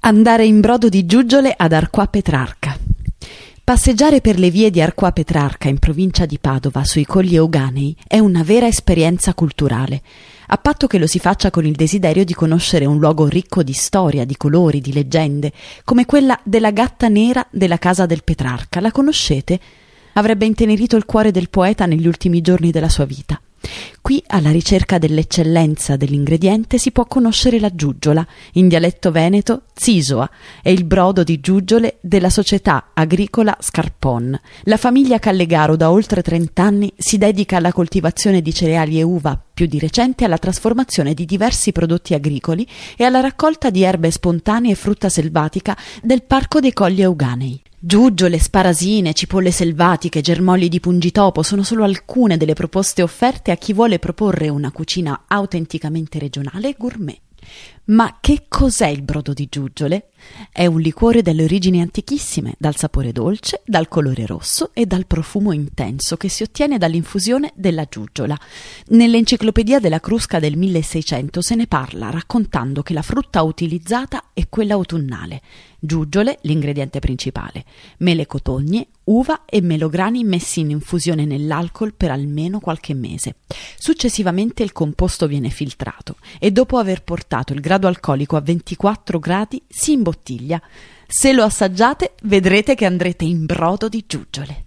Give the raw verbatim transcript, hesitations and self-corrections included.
Andare in brodo di giuggiole ad Arquà Petrarca. Passeggiare per le vie di Arquà Petrarca in provincia di Padova sui colli Euganei è una vera esperienza culturale, a patto che lo si faccia con il desiderio di conoscere un luogo ricco di storia, di colori, di leggende, come quella della gatta nera della casa del Petrarca. La conoscete? Avrebbe intenerito il cuore del poeta negli ultimi giorni della sua vita. Qui, alla ricerca dell'eccellenza dell'ingrediente, si può conoscere la giuggiola, in dialetto veneto zisoa, è il brodo di giuggiole della società agricola Scarpon. La famiglia Callegaro da oltre trent'anni si dedica alla coltivazione di cereali e uva, più di recente alla trasformazione di diversi prodotti agricoli e alla raccolta di erbe spontanee e frutta selvatica del Parco dei Colli Euganei. Giuggiole, sparasine, cipolle selvatiche, germogli di pungitopo sono solo alcune delle proposte offerte a chi vuole proporre una cucina autenticamente regionale e gourmet. Ma che cos'è il brodo di giuggiole? È un liquore dalle origini antichissime, dal sapore dolce, dal colore rosso e dal profumo intenso che si ottiene dall'infusione della giuggiola. Nell'enciclopedia della Crusca del milleseicento se ne parla, raccontando che la frutta utilizzata è quella autunnale. Giuggiole, l'ingrediente principale, mele cotogne, uva e melograni messi in infusione nell'alcol per almeno qualche mese. Successivamente il composto viene filtrato e dopo aver portato il grado alcolico a ventiquattro gradi si imbottiglia. Se lo assaggiate vedrete che andrete in brodo di giuggiole.